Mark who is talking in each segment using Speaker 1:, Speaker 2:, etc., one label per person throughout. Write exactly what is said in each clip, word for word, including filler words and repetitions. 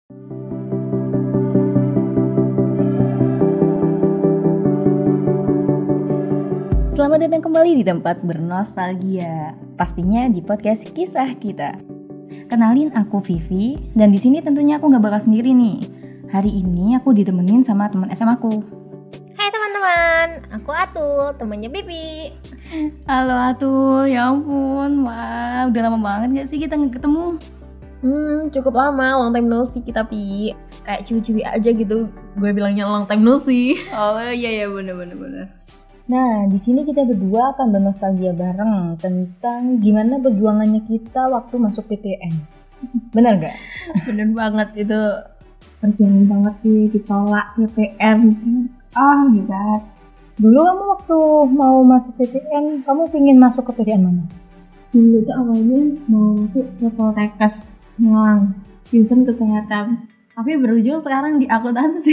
Speaker 1: Selamat datang kembali di tempat bernostalgia, pastinya di podcast Kisah Kita. Kenalin, aku Vivi, dan di sini tentunya aku nggak bakal sendiri nih. Hari ini aku ditemenin sama teman S M aku.
Speaker 2: Hai teman-teman, aku Atul, temannya Bibi.
Speaker 1: Halo Atul, ya ampun, wah udah lama banget gak sih kita nggak ketemu?
Speaker 2: Hmm, cukup lama, long time no see kita, Pi. Kayak cuy-cuy aja gitu, gue bilangnya long time no see.
Speaker 1: Oh iya iya bener-bener bener. Nah, di sini kita berdua akan bernostalgia bareng tentang gimana perjuangannya kita waktu masuk P T N. Bener gak?
Speaker 2: Bener banget, itu perjuangan banget sih ditolak P T N. Ah, gila.
Speaker 1: Dulu kamu waktu mau masuk P T N, kamu pingin masuk ke P T N mana?
Speaker 2: Dulu tuh awalnya mau masuk ke Poltekkes Malang, jurusan kesehatan. Tapi berujung sekarang di akuntansi.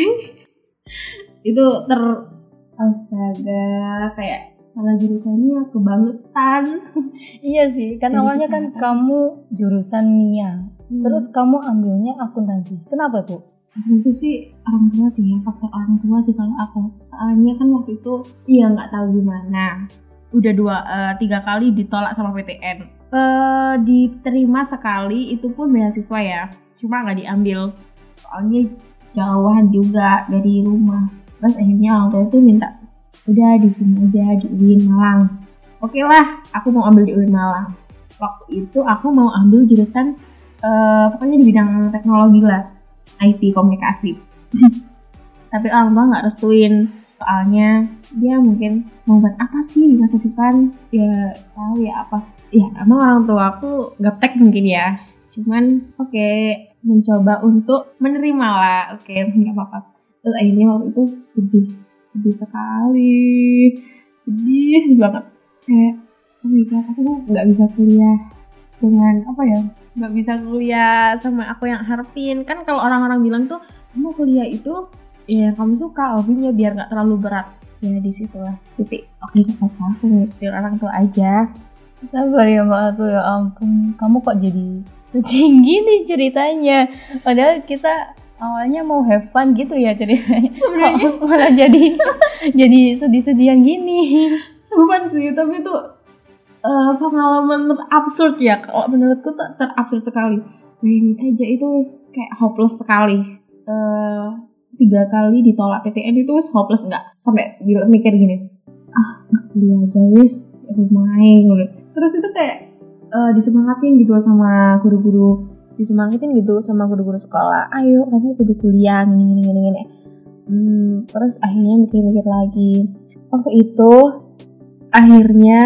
Speaker 2: Itu ter Astaga, kayak salah jurusannya kebangetan.
Speaker 1: Iya sih, kan
Speaker 2: Jadi
Speaker 1: awalnya kan
Speaker 2: kesehatan.
Speaker 1: kamu jurusan M I A,
Speaker 2: Hmm.
Speaker 1: terus kamu ambilnya akuntansi. Kenapa tuh?
Speaker 2: Itu sih orang tua sih ya, faktor orang tua sih kalau aku. Soalnya kan waktu itu, iya nggak tahu gimana. Udah dua, uh, tiga kali ditolak sama P T N. Uh, diterima sekali, itu pun beasiswa ya, cuma nggak diambil. Soalnya jauhan juga dari rumah. Terus akhirnya orang tua itu minta, udah di sini aja di U I N Malang. Oke lah, aku mau ambil di U I N Malang. Waktu itu aku mau ambil jurusan uh, pokoknya di bidang teknologi lah, I T komunikasi. Tapi orang tua nggak restuin, soalnya dia mungkin mau buat apa sih di masa depan? Ya tahu ya apa? Ya emang orang tua aku gaptek mungkin ya. Cuman oke, okay, mencoba untuk menerima lah. Oke, okay, nggak apa-apa. Terus akhirnya waktu itu sedih, sedih sekali, sedih banget. Kayak, oh my god, aku nggak bisa kuliah dengan apa ya? Nggak bisa kuliah sama aku yang harapin. Kan kalau orang-orang bilang tuh, kamu kuliah itu, ya kamu suka hobinya biar nggak terlalu berat. Ya disitulah titik. Oke, nggak apa-apa, aku ngikutin orang tua aja.
Speaker 1: Sabar ya Mbak tuh, ya ampun, kamu kok jadi sedih gini ceritanya. Padahal kita awalnya mau have fun gitu ya ceritanya. Sebenarnya malah jadi jadi sedih-sedihan gini.
Speaker 2: Bukan sih, tapi itu uh, pengalaman terabsurd ya. Kalau menurutku tuh terabsurd sekali. Bayangin aja itu kayak hopeless sekali. Uh, tiga kali ditolak P T N itu hopeless nggak? Sampai mikir gini, ah nggak kuliah aja wis, lumayan. Terus itu kayak uh, disemangatin gitu sama guru-guru. disemangatin gitu sama guru-guru sekolah, ayo kamu kudu kuliah gini gini gini gini. Hmm, terus akhirnya mikir-mikir lagi. Waktu itu akhirnya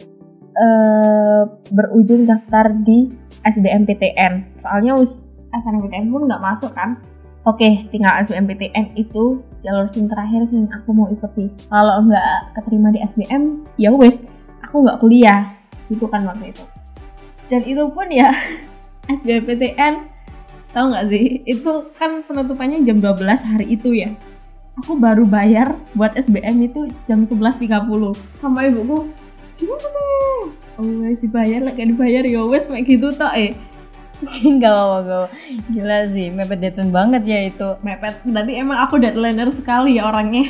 Speaker 2: uh, berujung daftar di S B M P T N. Soalnya us S N M P T N pun nggak masuk kan. Oke, tinggal S B M P T N itu jalur sing terakhir sing aku mau ikuti. Kalau nggak keterima di S B M, ya wes, aku nggak kuliah. Gitu kan waktu itu. Dan itu pun ya S B M P T N, tahu nggak sih? Itu kan penutupannya jam dua belas hari itu ya. Aku baru bayar buat S B M itu jam sebelas tiga puluh. Sama ibuku, gimana sih? Oh wes dibayar, lah kayak dibayar ya wes kayak gitu toh eh.
Speaker 1: Gak apa-apa, gila sih, mepet deadline banget ya itu.
Speaker 2: Mepet, berarti emang aku deadlineer sekali ya orangnya.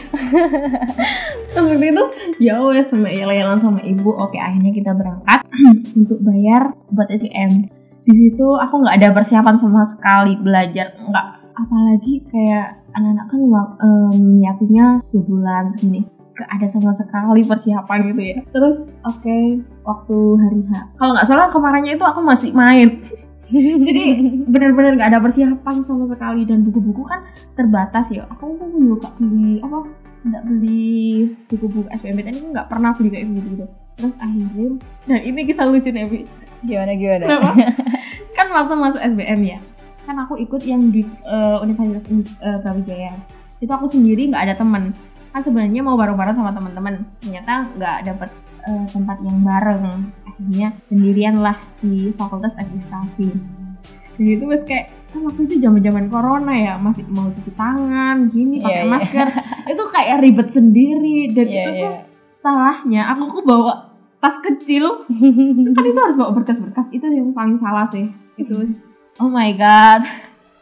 Speaker 2: Seperti itu, ya wes sama yel-yelan sama ibu. Oke, akhirnya kita berangkat untuk bayar buat S B M. Di situ aku nggak ada persiapan sama sekali belajar, nggak, apalagi kayak anak-anak kan um, nyiapinnya sebulan segini, nggak ada sama sekali persiapan gitu ya. Terus oke, okay, waktu hari H, kalau nggak salah kemarinnya itu aku masih main. Jadi benar-benar nggak ada persiapan sama sekali, dan buku-buku kan terbatas ya. Aku pun juga beli apa, nggak beli buku-buku S B M P T N, ini nggak pernah beli kayak gitu. Terus akhirnya, dan ini kisah lucu nih,
Speaker 1: gimana gimana?
Speaker 2: Kan waktu masuk S B M ya, kan aku ikut yang di uh, Universitas uh, Brawijaya. Itu aku sendiri, nggak ada teman. Kan sebenarnya mau bareng-bareng sama teman-teman, ternyata nggak dapet uh, tempat yang bareng. Akhirnya sendirian lah di Fakultas Administrasi. Dan itu was kayak, kan waktu itu zaman-zaman corona ya, masih mau cuci tangan, gini, pakai yeah, masker. Yeah. Itu kayak ribet sendiri, dan yeah, itu tuh yeah. salahnya aku kok bawa tas kecil. Kan itu harus bawa berkas-berkas, itu yang paling salah sih. Itu oh my god.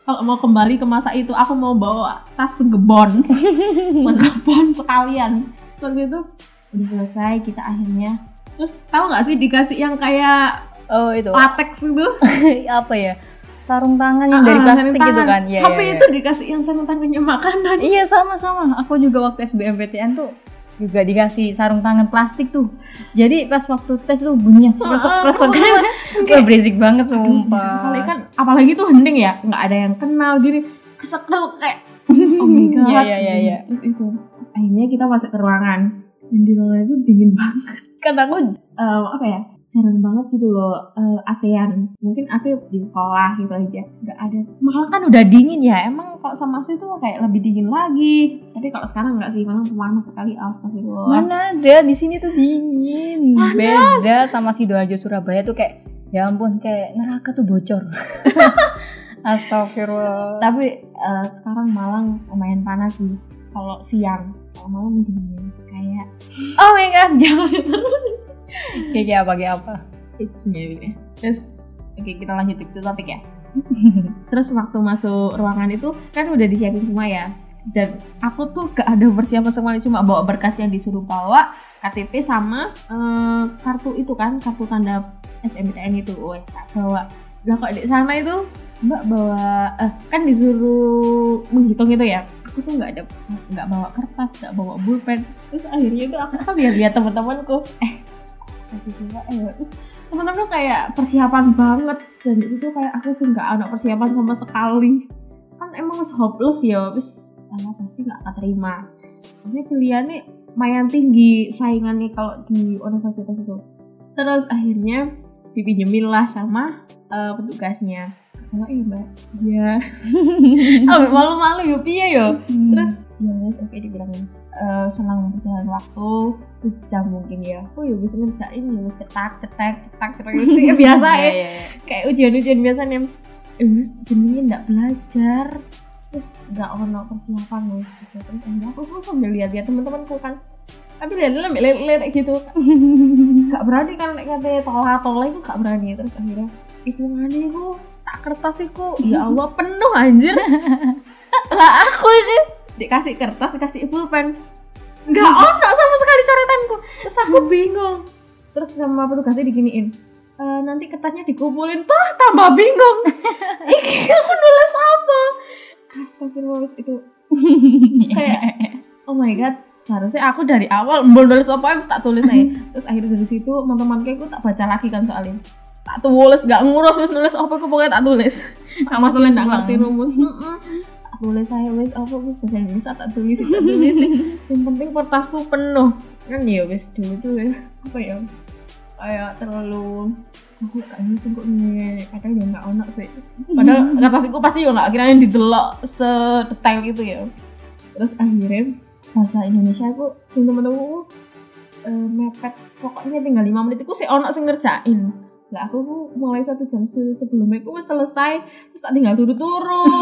Speaker 2: kalau mau kembali ke masa itu aku mau bawa tas segebon segebon sekalian. Waktu itu udah selesai kita akhirnya, terus tahu nggak sih dikasih yang kayak
Speaker 1: Oh itu
Speaker 2: latex itu
Speaker 1: apa ya, sarung tangan yang dari
Speaker 2: Ah,
Speaker 1: plastik
Speaker 2: sarung
Speaker 1: gitu
Speaker 2: tangan.
Speaker 1: kan. Iya,
Speaker 2: Tapi
Speaker 1: iya,
Speaker 2: itu
Speaker 1: iya.
Speaker 2: dikasih yang sarung tangannya makanan.
Speaker 1: Iya sama-sama, aku juga waktu S B M P T N tuh juga dikasih sarung tangan plastik tuh. Jadi pas waktu tes tuh bunyinya kresek-kresek. Wah berisik banget sumpah.
Speaker 2: Sekali kan apalagi tuh hening ya, nggak ada yang kenal gini, kesek-kesek kayak oh my god.
Speaker 1: Iya, iya, iya, iya.
Speaker 2: Terus itu terus akhirnya kita masuk ke ruangan dan di ruangan itu dingin banget. Karena aku eh, apa ya, jarang banget gitu loh eh, ASEAN. Mungkin A C di sekolah gitu aja, nggak ada. Malah kan udah dingin ya, emang kalau sama A C tuh kayak lebih dingin lagi. Tapi kalau sekarang nggak sih, malah panas sekali. Astagfirullah.
Speaker 1: Mana ada, di sini tuh dingin.
Speaker 2: Panas.
Speaker 1: Beda sama Sidoarjo Surabaya tuh kayak ya ampun kayak neraka tuh bocor. Astagfirullah.
Speaker 2: Tapi eh, sekarang Malang lumayan panas sih kalau siang. Kalau malam dingin kayak oh my god, jangan terus.
Speaker 1: Kayak kayak apa kayak apa?
Speaker 2: It's me. Terus oke, kita lanjut ke topik ya. Terus waktu masuk ruangan itu kan udah disiapin semua ya. Dan aku tuh gak ada persiapan semuanya, cuma bawa berkas yang disuruh bawa, K T P sama eh, kartu itu kan, kartu tanda S M P T N itu. Wah, tak bawa. Lah kok di sana itu Mbak bawa eh, kan disuruh menghitung itu ya. Aku tuh nggak ada nggak bawa kertas, nggak bawa pulpen. Terus akhirnya itu aku kan lihat-lihat teman-temanku, eh tapi juga eh terus teman-teman tuh kayak persiapan banget, dan itu tuh kayak aku sih nggak ada persiapan sama sekali. Kan emang hopeless ya, terus ah, pasti nggak keterima. Tapi pilihannya lumayan tinggi saingannya kalau di universitas itu. Terus akhirnya dipinjemin lah sama uh, petugasnya. Oh iya mbak, iya. Oh malu-malu yuk piye yo.
Speaker 1: Hmm.
Speaker 2: Terus ya wes oke dibilangin. Uh, selang berjalan waktu sejam mungkin ya. Oh ya bisa ngerjain ya wes cetak cetak cetak terus ya biasa ya.
Speaker 1: Iya, iya, iya.
Speaker 2: Kayak ujian-ujian biasanya. Eh wes jenenge ndak belajar. Terus nggak ono persiapan wes gitu. Terus akhirnya aku kok sambil lihat-lihat teman-temanku kan. Tapi lihat-lihat lihat-lihat gitu. Gak berani kan katanya tolah-tolah itu gak berani. Terus akhirnya itu ngane kok tak kertas iku ya Allah penuh anjir. Lah aku ini dikasih kertas, dikasih pulpen, nggak ono sama sekali coretanku. Terus aku bingung. Terus sama petugasnya diginiin, e, nanti kertasnya dikumpulin, pah tambah bingung. Iki aku nulis apa? Astagfirullah, itu kayak oh my god, seharusnya aku dari awal mau nulis apa harus tak tulis aja. Terus akhirnya dari situ teman-temanku aku tak baca lagi kan soalnya. Tak tulis, gak ngurus wis nulis apa aku pokoknya tak tulis. Sama masalah nggak ngerti rumus. Tak tulis saya wis apa wis bahasa Indonesia tak tulis, tak tulis. Yang penting kertasku penuh. Kan ya wis dulu tuh ya apa ya? Kayak terlalu aku gak nulis kok nih, kadang ya nggak ono sih. Padahal kertasku pasti ya nggak kirain didelok sedetail itu ya. Terus akhirnya bahasa Indonesia aku temen-temenku uh, mepet, pokoknya tinggal lima menit aku sih ono sing ngerjain. Lah aku ku mulai satu jam se- sebelumnya aku wis selesai, terus tak tinggal turu-turu.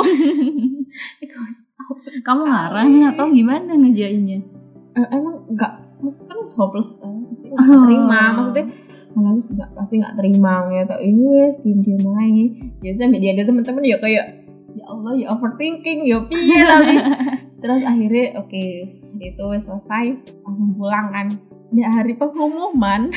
Speaker 2: Iku
Speaker 1: Kamu ngarang atau gimana ngejainnya?
Speaker 2: uh, emang enggak, mesti kan wis hopeless, uh, mesti enggak terima, maksudnya malah wis enggak pasti enggak terima gitu. Iya wis diam-diam aja. Ya sampe dia ada teman-teman ya kayak ya Allah ya overthinking ya piye tapi. Terus akhirnya oke, okay, itu wis selesai, langsung pulang kan. Di hari pengumuman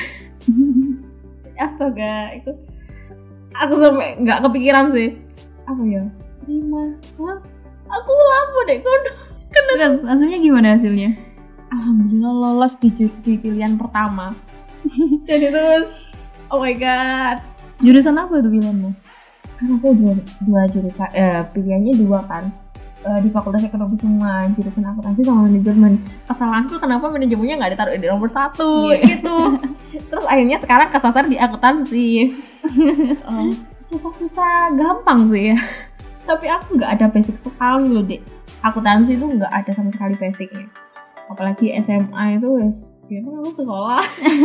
Speaker 2: astaga, itu aku sampai nggak kepikiran sih apa ya terima. Wah, aku lapo deh kono.
Speaker 1: Terus hasilnya gimana hasilnya?
Speaker 2: Alhamdulillah lolos di, ju- di pilihan pertama. Dan itu oh my god,
Speaker 1: Jurusan apa tuh pilihanmu?
Speaker 2: kan aku dua, dua jurusan, eh, pilihannya dua kan, eh, di Fakultas Ekonomi semua, jurusan akuntansi sama manajemen. Kesalahanku kenapa manajemennya nggak ditaruh di nomor satu gitu. Terus akhirnya sekarang kesasar di akuntansi. Oh, susah-susah gampang sih ya. Tapi aku nggak ada basic sekali loh dek. Akuntansi itu nggak ada sama sekali basicnya. Apalagi S M A itu wes, ya kan aku sekolah.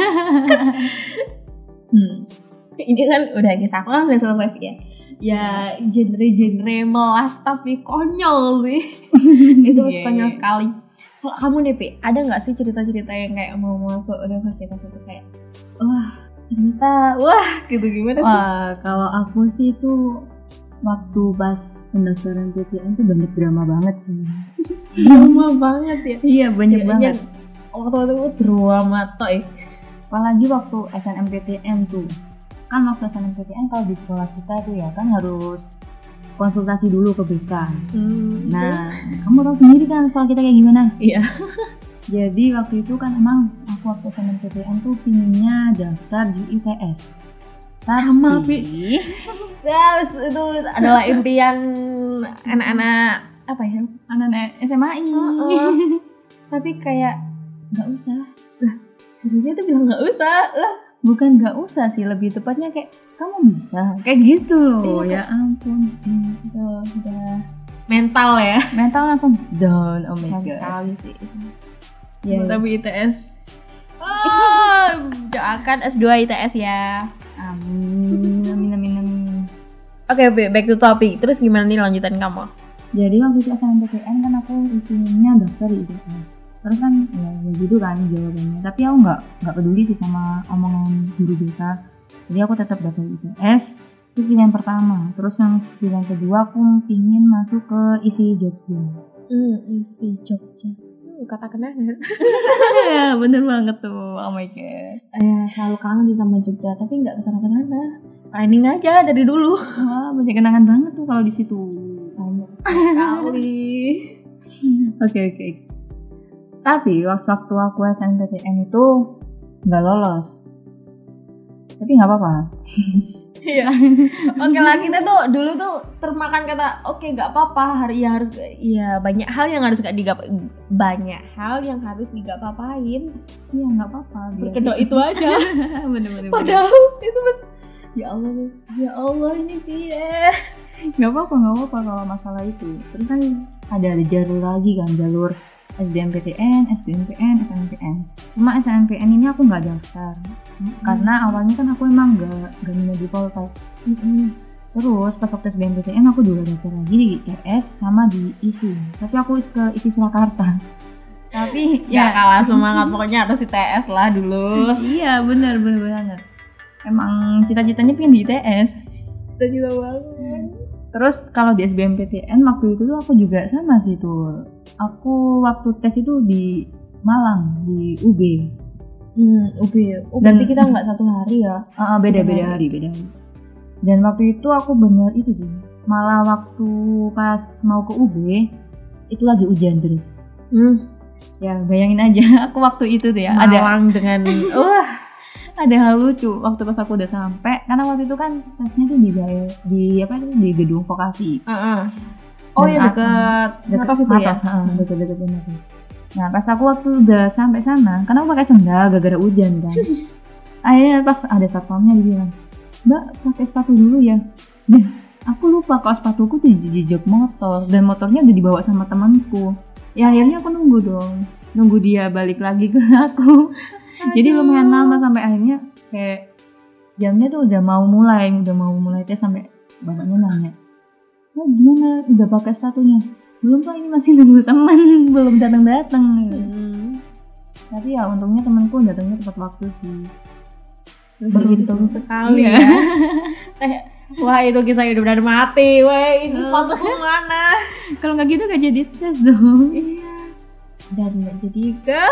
Speaker 2: hmm. Ini kan udah kisah aku kan udah selesai ya. Ya genre-genre melas tapi konyol sih. Itu yeah, konyol yeah. sekali. Kalau kamu nih Pi, ada nggak sih cerita-cerita yang kayak mau masuk universitas itu kayak wah ternyata wah gitu gimana sih?
Speaker 1: Wah kalau aku sih itu waktu pas pendaftaran P T N tuh banyak drama banget sih.
Speaker 2: Drama banget ya.
Speaker 1: Iya banyak
Speaker 2: Ya,
Speaker 1: banget.
Speaker 2: Waktu itu drama toh ya.
Speaker 1: Apalagi waktu S N M P T N tuh. Kan waktu S N M P T N kalau di sekolah kita tuh ya kan harus konsultasi dulu ke B K.
Speaker 2: Hmm.
Speaker 1: Nah, kamu tahu sendiri kan sekolah kita kayak gimana?
Speaker 2: Iya.
Speaker 1: Jadi waktu itu kan emang aku waktu S N M P T N tuh pinginnya daftar di I T S.
Speaker 2: Sama,
Speaker 1: Tapi
Speaker 2: Ya, itu adalah impian anak-anak apa ya?
Speaker 1: anak-anak S M A I.
Speaker 2: Uh-uh. Tapi kayak nggak usah. Lah, gurunya tuh bilang nggak usah lah.
Speaker 1: Bukan nggak usah sih, lebih tepatnya kayak kamu bisa, kayak gitu loh.
Speaker 2: Iya,
Speaker 1: Ya ampun, itu udah
Speaker 2: Mental ya.
Speaker 1: mental langsung down. Oh my god.
Speaker 2: Sekali sih.
Speaker 1: Ya,
Speaker 2: Tapi I T S. Oh, doakan S dua I T S ya.
Speaker 1: amin, amin, amin, amin.
Speaker 2: Oke, okay, back to topic. Terus gimana nih lanjutan kamu?
Speaker 1: Jadi waktu itu S N M P T N kan aku intinya daftar di I T S. Terus kan ya, ya gitu kan jawabannya. Tapi aku nggak nggak peduli sih sama omongan guru B K. Jadi aku tetap daftar I T S. Itu pilihan pertama. Terus yang pilihan kedua aku pingin masuk ke I S I Jogja.
Speaker 2: Hmm, isi Jogja. Hmm, kata kenangan.
Speaker 1: Ya bener banget tuh. Oh my god.
Speaker 2: Eh, selalu kangen sih sama Jogja, tapi nggak kesana-kesana. Planning aja dari dulu.
Speaker 1: Wah banyak kenangan banget tuh kalau di situ.
Speaker 2: Banyak sekali.
Speaker 1: Oke oke. Tapi waktu waktu aku S N M P T N itu nggak lolos. Tapi nggak apa-apa.
Speaker 2: Iya. Oke lah, kita tuh dulu tuh termakan kata oke nggak apa-apa, hari ya harus iya banyak hal yang harus nggak digap banyak hal yang harus digap-apain.
Speaker 1: Iya nggak apa-apa.
Speaker 2: Berkedok itu aja.
Speaker 1: Bener-bener.
Speaker 2: Padahal itu mas ya Allah Mas. Ya Allah ini dia.
Speaker 1: Nggak apa-apa nggak apa-apa kalau masalah itu. Terus kan ada ada jalur lagi kan, jalur S B M P T N, S B M P N, S N M P N. Cuma S N M P N ini aku nggak daftar hmm. karena awalnya kan aku emang nggak nggak minat di Poltek. Hmm. Terus pas waktu S B M P T N aku juga daftar lagi di I T S sama di I S I. Tapi aku ke I S I Surakarta. Tapi
Speaker 2: ya, ya kalah semangat pokoknya harus I T S lah dulu.
Speaker 1: Iya benar benar banget. Emang cita-citanya pengen di I T S.
Speaker 2: Cita-cita banget.
Speaker 1: Terus kalau di S B M P T N waktu itu tuh aku juga sama sih tuh. Aku waktu tes itu di Malang, di U B.
Speaker 2: Hmm, U B ya. Oh, berarti kita nggak satu hari ya?
Speaker 1: Uh, beda beda hari, beda hari. Dan waktu itu aku bener itu sih. Malah waktu pas mau ke U B itu lagi hujan terus.
Speaker 2: Hmm.
Speaker 1: Ya bayangin aja, aku waktu itu tuh ya.
Speaker 2: Malang ada dengan
Speaker 1: wah. Ada hal lucu waktu pas aku udah sampai, karena waktu itu kan tesnya tuh di di apa itu di gedung vokasi.
Speaker 2: Uh-uh. Oh ya dekat
Speaker 1: dekat
Speaker 2: itu ya.
Speaker 1: Heeh, dekat-dekat Matos. Nah, pas aku waktu udah sampai sana, karena aku pakai sendal gara-gara hujan kan. Akhirnya pas ada satpamnya dia bilang, "Mbak, pakai sepatu dulu ya." Dan aku lupa kalau sepatuku tuh di jok motor dan motornya udah dibawa sama temanku. Ya akhirnya aku nunggu dong. Nunggu dia balik lagi ke aku. Aduh. Jadi lumayan lama sampai akhirnya kayak jamnya tuh udah mau mulai, udah mau mulai tes sampai bapaknya nanya, "Nah, gimana? Udah pakai sepatunya?" "Belum Pak, ini masih nunggu teman, belum datang-datang." Hmm. Tapi ya untungnya temanku datangnya tepat waktu sih.
Speaker 2: Beruntung sekali ya. eh, wah itu kisah hidup dan mati, weh ini sepatuku mana?
Speaker 1: Kalau nggak gitu nggak jadi tes dong.
Speaker 2: Iya. Dan nggak jadi ke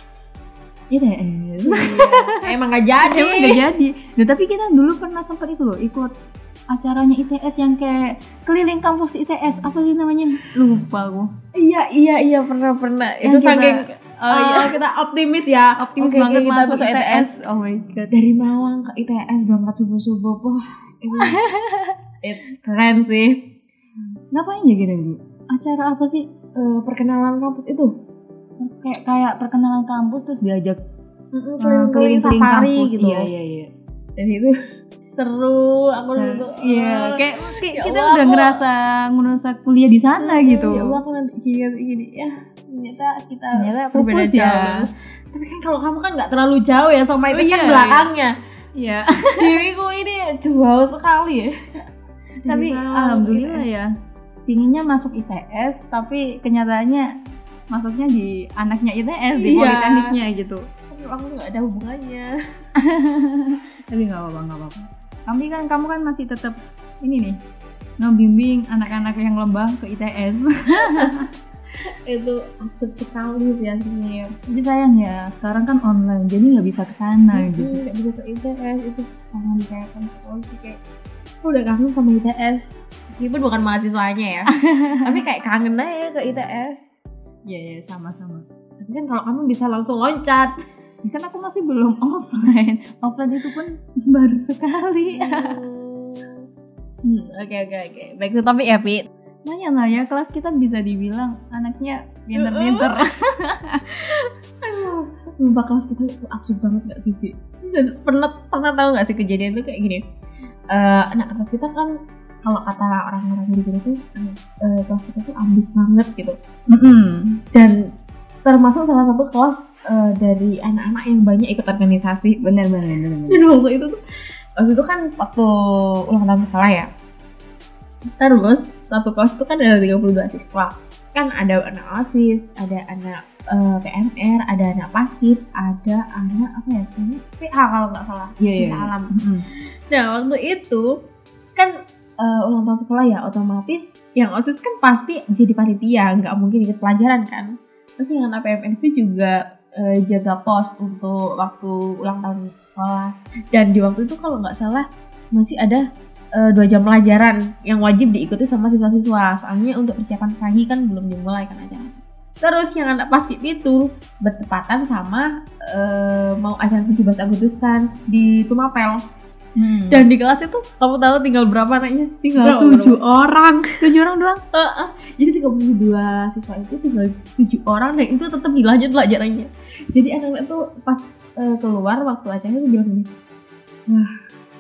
Speaker 1: I T S.
Speaker 2: Iya. Emang nggak jadi.
Speaker 1: Emang nggak jadi. Nah, tapi kita dulu pernah sempat itu loh ikut acaranya I T S yang kayak keliling kampus I T S, apa sih namanya? Lupa aku.
Speaker 2: Iya iya iya pernah pernah. Yang itu kita, saking oh, uh, iya. kita optimis ya.
Speaker 1: Optimis okay, banget kita masuk I T S. Oh my god.
Speaker 2: Dari Malang ke I T S berangkat subuh-subuh. Wah, itu it's keren sih.
Speaker 1: Ngapain ya gitu dulu? Acara apa sih?
Speaker 2: Uh, perkenalan kampus itu.
Speaker 1: Kayak kayak perkenalan kampus terus diajak
Speaker 2: uh, keliling-keliling safari kampus. Gitu.
Speaker 1: Iya iya iya.
Speaker 2: Dan itu seru, aku
Speaker 1: seru. Iya, kayak, kayak ya kita Allah, udah aku, ngerasa ngerasa kuliah di sana hmm, gitu.
Speaker 2: Ya Allah, aku nanti gini gini ya. Ternyata kita
Speaker 1: ternyata berbeda jauh. Ya.
Speaker 2: Tapi kan kalau kamu kan nggak terlalu jauh ya sama itu oh, kan
Speaker 1: iya,
Speaker 2: belakangnya.
Speaker 1: Iya.
Speaker 2: Diriku ini jauh sekali ya.
Speaker 1: Tapi alhamdulillah ya. Pinginnya masuk I T S, tapi kenyataannya masuknya di anaknya I T S, di iya. politekniknya gitu.
Speaker 2: Tapi aku nggak ada hubungannya.
Speaker 1: Tapi nggak apa-apa, nggak apa-apa. Tapi kan kamu kan masih tetap ini nih ngebimbing anak-anak yang lembah ke I T S.
Speaker 2: Itu absurd sekali sih aslinya ya.
Speaker 1: Tapi sayang ya, sekarang kan online, jadi nggak bisa ke sana gitu.
Speaker 2: Nggak bisa ke I T S, itu sangat disayangkan sekali sih. Kayak aku udah kangen sama I T S, meskipun bukan mahasiswanya ya, tapi kayak kangen aja ke I T S.
Speaker 1: Iya ya, sama-sama.
Speaker 2: Tapi kan kalau kamu bisa langsung loncat.
Speaker 1: Ya, kan aku masih belum offline. Offline itu pun baru sekali.
Speaker 2: Hmm, oke oke oke. Baik to topik ya, Pi.
Speaker 1: Lumayan lah ya, kelas kita bisa dibilang anaknya pinter-pinter.
Speaker 2: Aduh, lupa kelas kita itu absurd banget gak sih, Pi? Dan pernah pernah tahu gak sih kejadian itu kayak gini? Uh, anak kelas kita kan kalau kata orang-orang di guru tuh uh, kelas kita tuh ambis banget gitu.
Speaker 1: Mm-hmm.
Speaker 2: Dan termasuk salah satu kelas uh, dari anak-anak yang banyak ikut organisasi.
Speaker 1: Benar-benar. benar.
Speaker 2: Dan waktu itu tuh waktu itu kan waktu ulang tahun sekolah ya. Terus satu kelas itu kan ada tiga puluh dua siswa. Kan ada anak OSIS, ada anak uh, P M R, ada anak paskib, ada anak apa ya? Ini P A kalau nggak salah.
Speaker 1: Iya, iya.
Speaker 2: Alam.
Speaker 1: Mm-hmm.
Speaker 2: Nah, waktu itu kan uh, ulang tahun sekolah ya, otomatis yang OSIS kan pasti jadi panitia, nggak mungkin ikut pelajaran kan. Terus yang anak P M R itu juga uh, jaga pos untuk waktu ulang tahun sekolah. Dan di waktu itu kalau nggak salah masih ada Uh, dua jam pelajaran yang wajib diikuti sama siswa-siswa, soalnya untuk persiapan pagi kan belum dimulai kan aja. Terus yang anak paskib itu bertepatan sama uh, mau acara tujuh belas Agustusan di Tumapel. Hmm. Dan di kelas itu kamu tahu tinggal berapa anaknya? Tinggal tujuh orang.
Speaker 1: tujuh orang doang?
Speaker 2: Uh, uh. Jadi tiga puluh dua siswa itu tinggal tujuh orang dan itu tetap dilanjut pelajarannya. Jadi anak-anak itu pas uh, keluar waktu acaranya itu bilang gini, wah,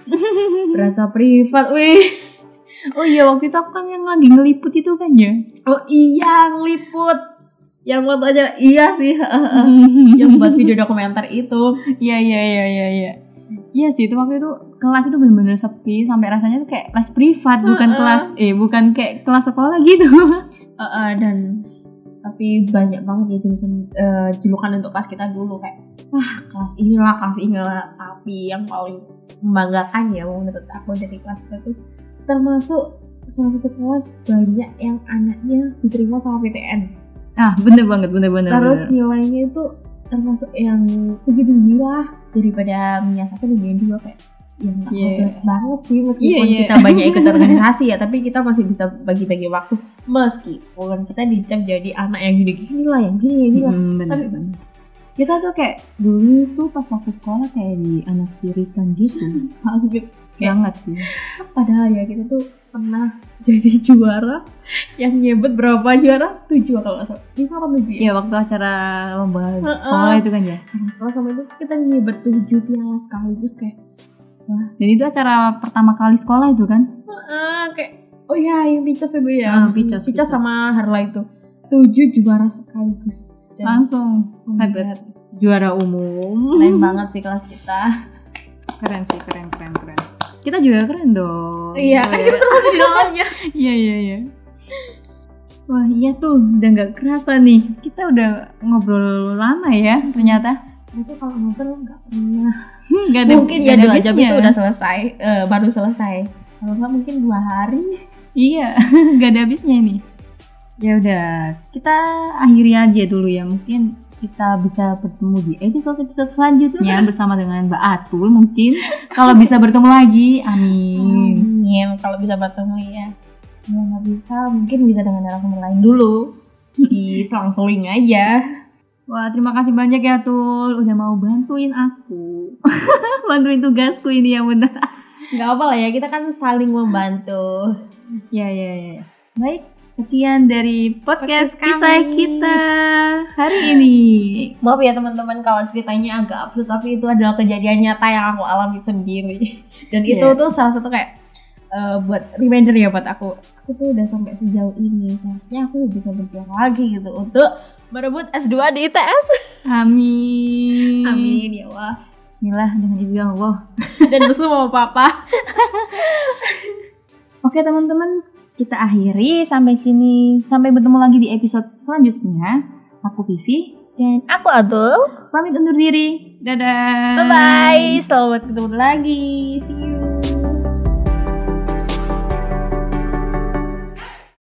Speaker 2: berasa privat weh.
Speaker 1: Oh iya, waktu itu aku kan yang lagi ngeliput itu kan ya.
Speaker 2: Oh iya, ngeliput. Yang waktu aja iya sih. Yang buat video dokumenter itu.
Speaker 1: Iya iya iya iya iya. Iya sih, itu waktu itu kelas itu benar-benar sepi sampai rasanya tuh kayak kelas privat, bukan uh-uh. kelas eh bukan kayak kelas sekolah gitu.
Speaker 2: Uh-uh, dan tapi banyak banget ya jurusan uh, julukan untuk kelas kita dulu kayak wah kelas inilah kelas inilah. Tapi yang paling membanggakan ya menurut aku dari kelas kita tuh termasuk salah satu kelas banyak yang anaknya diterima sama P T N.
Speaker 1: Ah bener banget bener bener.
Speaker 2: Terus
Speaker 1: bener.
Speaker 2: nilainya itu termasuk yang tinggi-tinggi lah daripada Mia satu dan Mia dua kayak yang nggak yeah. hopeless banget sih meskipun yeah, yeah. kita banyak ikut organisasi ya, tapi kita masih bisa bagi-bagi waktu meskipun kita dicap jadi anak yang gini-gini lah, yang gini yang gini lah.
Speaker 1: Hmm, bener,
Speaker 2: tapi
Speaker 1: bener. Kita tuh kayak dulu tuh pas waktu sekolah kayak di anak tirikan gitu.
Speaker 2: Banget
Speaker 1: banget sih.
Speaker 2: Padahal ya kita tuh pernah jadi juara yang nyebut berapa juara? tujuh kalau nggak salah. lima atau tujuh ya?
Speaker 1: Iya, waktu acara lomba uh-uh. sekolah itu kan ya.
Speaker 2: Karena sekolah sama itu kita nyebut tujuh piala sekaligus kayak wah.
Speaker 1: Dan itu acara pertama kali sekolah itu kan?
Speaker 2: Uh, kayak oh iya yang Picos itu ya.
Speaker 1: Uh, Picos,
Speaker 2: Picos sama Harla itu tujuh juara sekaligus.
Speaker 1: Dan langsung saya juara umum.
Speaker 2: Keren banget sih kelas kita.
Speaker 1: Keren sih, keren keren keren. Kita juga keren dong.
Speaker 2: Iya, kan kita termasuk di dalamnya.
Speaker 1: Iya iya iya. Wah iya tuh, udah nggak kerasa nih. Kita udah ngobrol lama ya ternyata.
Speaker 2: Itu kalau ngobrol nggak pernah.
Speaker 1: Gak ada,
Speaker 2: mungkin ya dua jam itu udah selesai, uh, baru selesai. Kalau nggak mungkin dua hari.
Speaker 1: Iya, nggak ada habisnya ini. Ya udah, kita akhiri aja dulu ya. Mungkin kita bisa bertemu di episode-episode selanjutnya bersama dengan Mbak Atul mungkin. Kalau bisa bertemu lagi, amin.
Speaker 2: Amin, kalau bisa bertemu ya. Kalau nggak bisa, mungkin bisa dengan narasumber lain dulu. Di selang-seling aja.
Speaker 1: Wah, terima kasih banyak ya Tul, udah mau bantuin aku. Bantuin tugasku ini yang benar.
Speaker 2: Gak apa lah ya, kita kan saling membantu.
Speaker 1: Ya, ya, ya. Baik, sekian dari podcast, podcast kisah kita hari ini.
Speaker 2: Maaf ya teman-teman kalau ceritanya agak absurd, tapi itu adalah kejadian nyata yang aku alami sendiri. Dan itu yeah. tuh salah satu kayak uh, buat reminder ya buat aku. Aku tuh udah sampai sejauh ini, seharusnya aku bisa berjuang lagi gitu untuk merebut S dua di I T S.
Speaker 1: Amin.
Speaker 2: Amin ya Allah.
Speaker 1: Bismillah dengan izin Allah.
Speaker 2: Dan restu sama papa.
Speaker 1: Oke teman-teman, kita akhiri sampai sini. Sampai bertemu lagi di episode selanjutnya. Aku Vivi
Speaker 2: dan aku Atul.
Speaker 1: Pamit undur diri. Dadah.
Speaker 2: Bye bye. Selamat ketemu lagi. See you.